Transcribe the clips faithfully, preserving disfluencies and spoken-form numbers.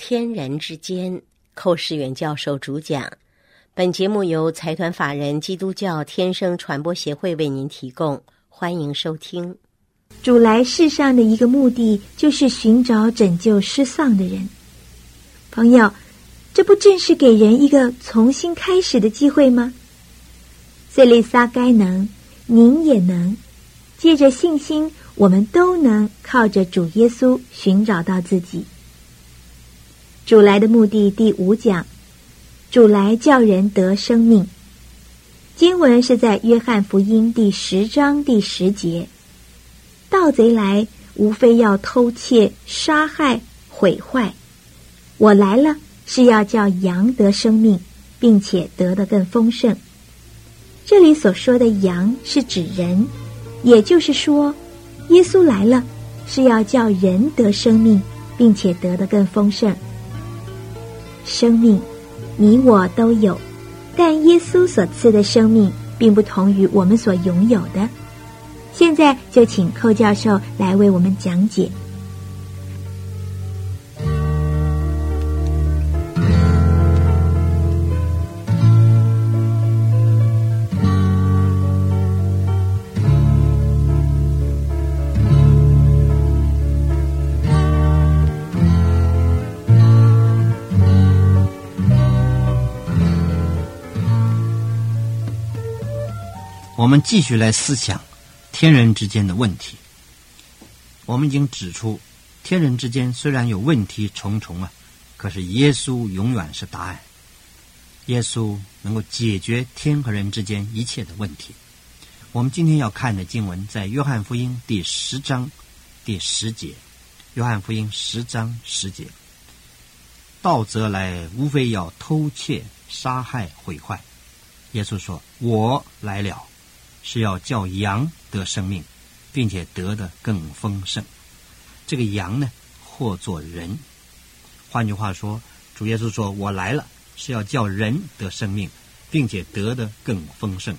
天人之间，寇世远教授主讲。本节目由财团法人基督教天生传播协会为您提供，欢迎收听。 主来世上的一个目的，就是寻找拯救失丧的人。朋友，这不正是给人一个重新开始的机会吗？瑟丽莎该能，您也能。借着信心，我们都能靠着主耶稣寻找到自己。主来的目的第五讲，主来叫人得生命。经文是在约翰福音第十章第十节。盗贼来，无非要偷窃、杀害、毁坏。我来了，是要叫羊得生命，并且得得更丰盛。这里所说的羊是指人，也就是说，耶稣来了，是要叫人得生命，并且得得更丰盛。生命，你我都有，但耶稣所赐的生命并不同于我们所拥有的。现在就请寇教授来为我们讲解。 我们继续来思想天人之间的问题。我们已经指出，天人之间虽然有问题重重啊，可是耶稣永远是答案。耶稣能够解决天和人之间一切的问题。我们今天要看的经文在约翰福音第十章第十节。约翰福音十章十节，盗贼来，无非要偷窃、杀害、毁坏。耶稣说，我来了，是要叫羊得生命，并且得的更丰盛。这个羊呢，或作人。换句话说，主耶稣说，我来了，是要叫人得生命，并且得的更丰盛。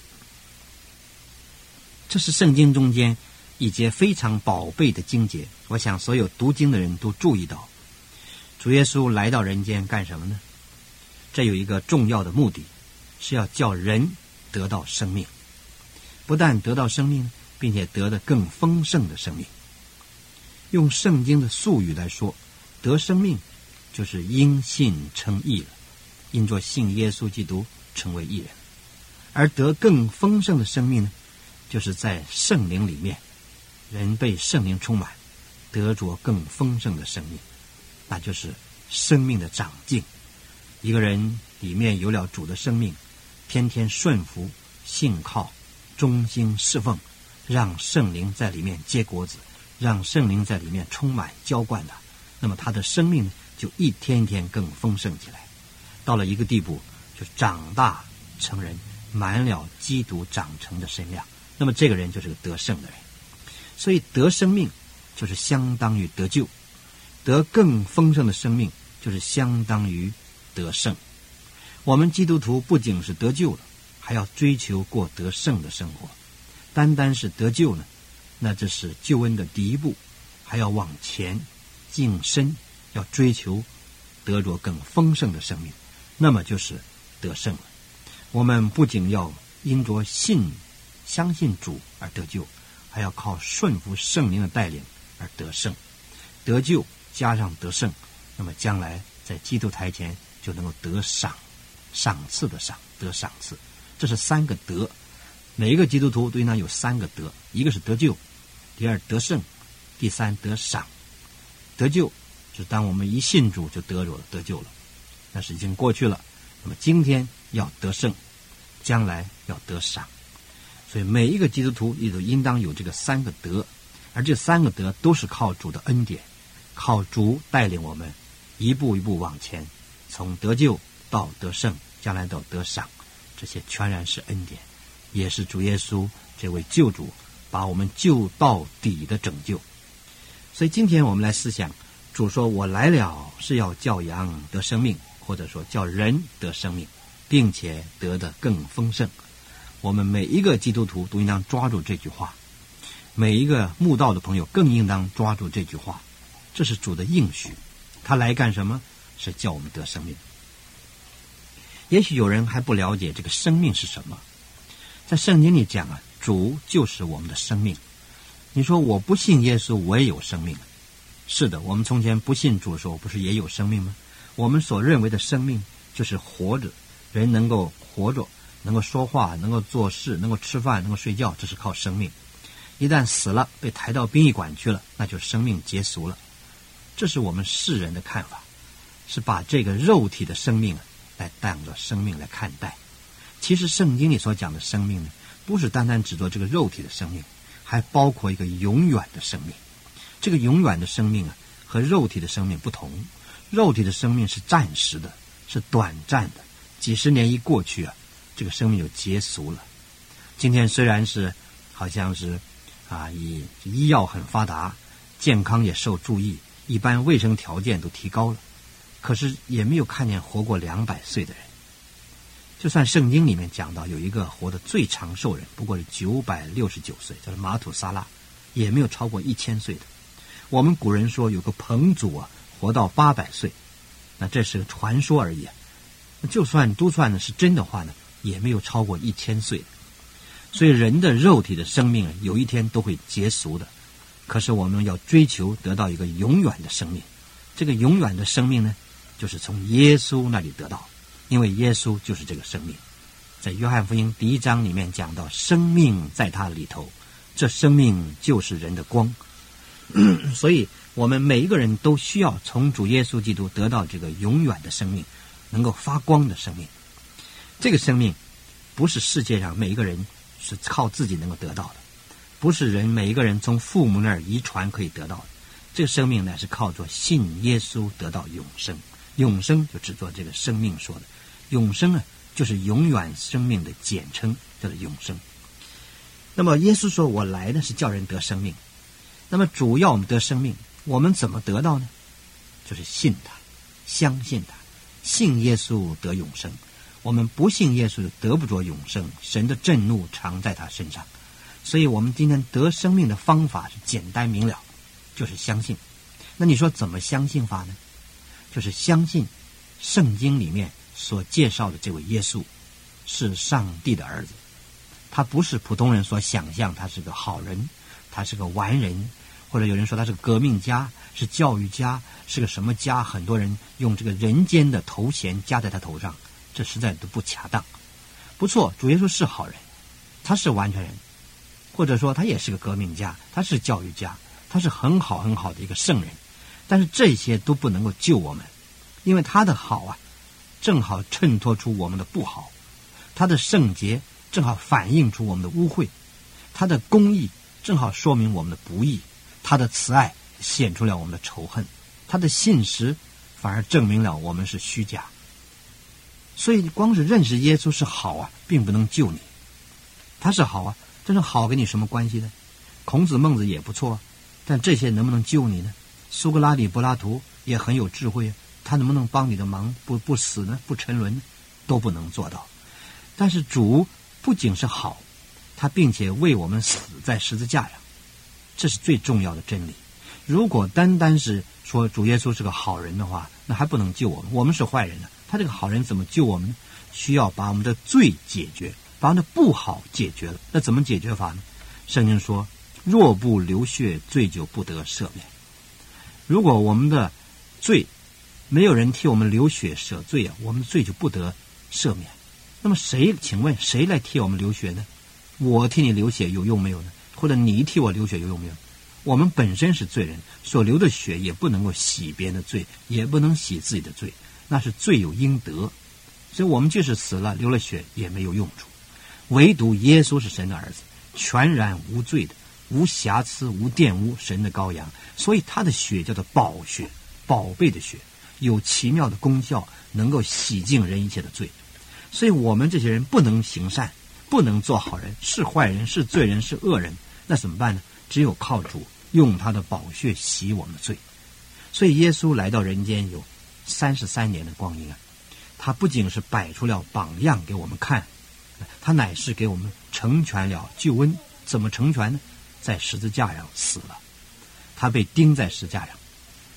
这是圣经中间一节非常宝贝的经节，我想所有读经的人都注意到。主耶稣来到人间干什么呢？这有一个重要的目的，是要叫人得到生命。不但得到生命，并且得的更丰盛的生命。用圣经的术语来说，得生命就是因信称义了，因着信耶稣基督成为义人。而得更丰盛的生命呢，就是在圣灵里面，人被圣灵充满，得着更丰盛的生命，那就是生命的长进。一个人里面有了主的生命，天天顺服、信靠、忠心侍奉，让圣灵在里面结果子，让圣灵在里面充满浇灌的，那么他的生命就一天一天更丰盛起来，到了一个地步，就长大成人，满了基督长成的身量。那么这个人就是个得胜的人。所以得生命就是相当于得救，得更丰盛的生命就是相当于得胜。我们基督徒不仅是得救了，还要追求过得胜的生活。单单是得救呢，那这是救恩的第一步，还要往前晋升，要追求得着更丰盛的生命，那么就是得胜了。我们不仅要因着信相信主而得救，还要靠顺服圣灵的带领而得胜。得救加上得胜，那么将来在基督台前就能够得赏，赏赐的赏，得赏赐。这是三个得，每一个基督徒都应当有三个得，一个是得救，第二得胜，第三得赏。得救是当我们一信主就得着了，得救了，那是已经过去了。那么今天要得胜，将来要得赏。所以每一个基督徒也都应当有这个三个得，而这三个得都是靠主的恩典，靠主带领我们一步一步往前，从得救到得胜，将来到得赏。这些全然是恩典，也是主耶稣这位救主把我们救到底的拯救。所以今天我们来思想，主说我来了是要叫羊得生命，或者说叫人得生命，并且得的更丰盛。我们每一个基督徒都应当抓住这句话，每一个慕道的朋友更应当抓住这句话，这是主的应许， 他来干什么？是叫我们得生命。也许有人还不了解这个生命是什么。在圣经里讲啊，主就是我们的生命。你说我不信耶稣，我也有生命。是的，我们从前不信主的时候，不是也有生命吗？我们所认为的生命就是活着，人能够活着，能够说话，能够做事，能够吃饭，能够睡觉，这是靠生命。一旦死了，被抬到殡仪馆去了，那就是生命结束了。这是我们世人的看法，是把这个肉体的生命来当作生命来看待。其实圣经里所讲的生命呢，不是单单只做这个肉体的生命，还包括一个永远的生命。这个永远的生命啊，和肉体的生命不同。肉体的生命是暂时的，是短暂的，几十年一过去啊，这个生命就结束了。今天虽然是好像是啊，以医药很发达，健康也受注意，一般卫生条件都提高了，可是也没有看见活过两百岁的人。就算圣经里面讲到有一个活得最长寿人，不过是九百六十九岁，叫做马土撒拉，也没有超过一千岁的。我们古人说有个彭祖啊，活到八百岁，那这是个传说而已啊。就算都算是真的话呢，也没有超过一千岁的。所以人的肉体的生命啊，有一天都会结束的。可是我们要追求得到一个永远的生命，这个永远的生命呢，就是从耶稣那里得到。因为耶稣就是这个生命。在约翰福音第一章里面讲到，生命在他里头，这生命就是人的光。所以我们每一个人都需要从主耶稣基督得到这个永远的生命，能够发光的生命。这个生命不是世界上每一个人是靠自己能够得到的，不是人每一个人从父母那儿遗传可以得到的。这个生命呢，是靠着信耶稣得到永生。永生就只做这个生命说的，永生啊，就是永远生命的简称，叫做永生。那么耶稣说我来呢是叫人得生命，那么主要我们得生命，我们怎么得到呢？就是信他，相信他，信耶稣得永生。我们不信耶稣得不着永生，神的震怒常在他身上。所以我们今天得生命的方法是简单明了，就是相信。那你说怎么相信法呢？就是相信圣经里面所介绍的这位耶稣是上帝的儿子，他不是普通人所想象他是个好人，他是个完人，或者有人说他是个革命家，是教育家，是个什么家，很多人用这个人间的头衔加在他头上，这实在都不恰当。不错，主耶稣是好人，他是完全人，或者说他也是个革命家，他是教育家，他是很好很好的一个圣人，但是这些都不能够救我们，因为他的好啊，正好衬托出我们的不好，他的圣洁正好反映出我们的污秽，他的公义正好说明我们的不义，他的慈爱显出了我们的仇恨，他的信实反而证明了我们是虚假。所以光是认识耶稣是好啊，并不能救你。他是好啊，这种好跟你什么关系呢？孔子孟子也不错，但这些能不能救你呢？苏格拉底柏拉图也很有智慧，他能不能帮你的忙，不不死呢，不沉沦呢？都不能做到。但是主不仅是好，他并且为我们死在十字架上，这是最重要的真理。如果单单是说主耶稣是个好人的话，那还不能救我们，我们是坏人呢，他这个好人怎么救我们呢？需要把我们的罪解决，把我们的不好解决了。那怎么解决法呢？圣经说，若不流血，罪就不得赦免。如果我们的罪没有人替我们流血赦罪啊，我们的罪就不得赦免。那么谁，请问谁来替我们流血呢？我替你流血有用没有呢？或者你替我流血有用没有？我们本身是罪人，所流的血也不能够洗别人的罪，也不能洗自己的罪，那是罪有应得。所以我们即使死了流了血也没有用处。唯独耶稣是神的儿子，全然无罪的，无瑕疵无玷污，神的羔羊，所以他的血叫做宝血，宝贝的血，有奇妙的功效，能够洗净人一切的罪。所以我们这些人不能行善，不能做好人，是坏人，是罪人，是恶人，那怎么办呢？只有靠主用他的宝血洗我们的罪。所以耶稣来到人间有三十三年的光阴啊，他不仅是摆出了榜样给我们看，他乃是给我们成全了救恩。怎么成全呢？在十字架上死了，他被钉在十字架上。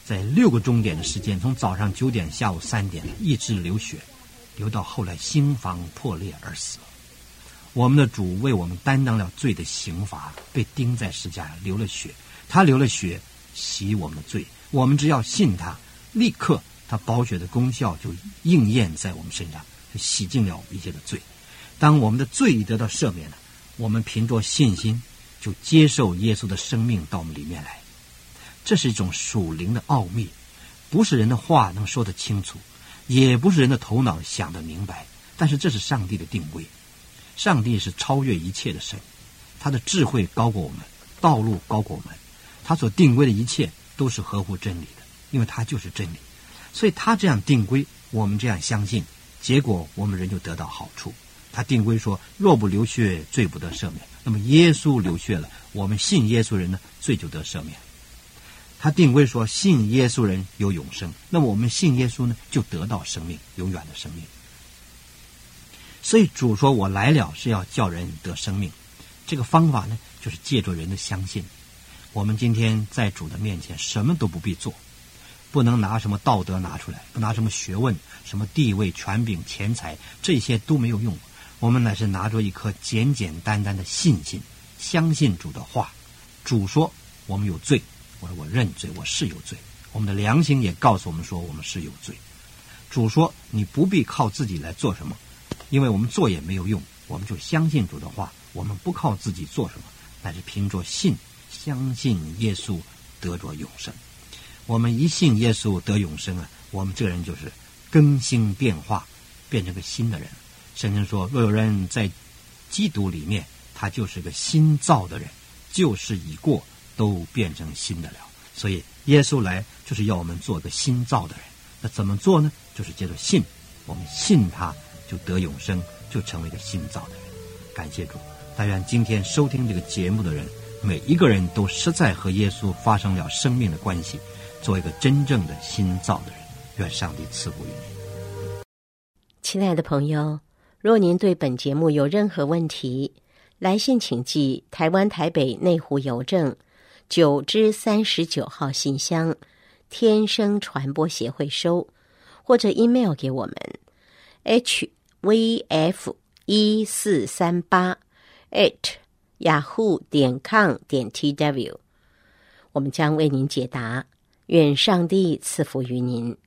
在六个钟点的时间，从早上九点、下午三点一直流血，流到后来心房破裂而死。我们的主为我们担当了罪的刑罚，被钉在十字架上流了血，他流了血洗我们的罪，我们只要信他，立刻他宝血的功效就应验在我们身上，就洗净了一切的罪。当我们的罪已得到赦免了，我们凭着信心就接受耶稣的生命到我们里面来。这是一种属灵的奥秘，不是人的话能说得清楚，也不是人的头脑想得明白，但是这是上帝的定位。上帝是超越一切的神，他的智慧高过我们，道路高过我们，他所定规的一切都是合乎真理的，因为他就是真理。所以他这样定规，我们这样相信，结果我们人就得到好处。他定规说，若不流血，罪不得赦免。那么耶稣流血了，我们信耶稣人呢，罪就得赦免。他定规说，信耶稣人有永生，那么我们信耶稣呢，就得到生命，永远的生命。所以主说，我来了是要叫人得生命。这个方法呢，就是借助人的相信。我们今天在主的面前什么都不必做，不能拿什么道德拿出来，不拿什么学问、什么地位、权柄、钱财，这些都没有用。我们乃是拿着一颗简简单单的信心，相信主的话。主说我们有罪，我说我认罪，我是有罪。我们的良心也告诉我们说我们是有罪。主说你不必靠自己来做什么，因为我们做也没有用，我们就相信主的话，我们不靠自己做什么，乃是凭着信，相信耶稣得着永生。我们一信耶稣得永生啊，我们这个人就是更新变化，变成个新的人。圣经说，若有人在基督里面，他就是个新造的人，旧事已过，都变成新的了。所以耶稣来就是要我们做个新造的人。那怎么做呢？就是接着信，我们信他就得永生，就成为一个新造的人。感谢主，但愿今天收听这个节目的人，每一个人都实在和耶稣发生了生命的关系，做一个真正的新造的人。愿上帝赐福于你。 亲爱的朋友，若您对本节目有任何问题，来信请寄台湾台北内湖邮政九之三十九号信箱，天生传播协会收，或者 email 给我们 h v f 一四三八 at yahoo 点 com 点 t w， 我们将为您解答。愿上帝赐福于您。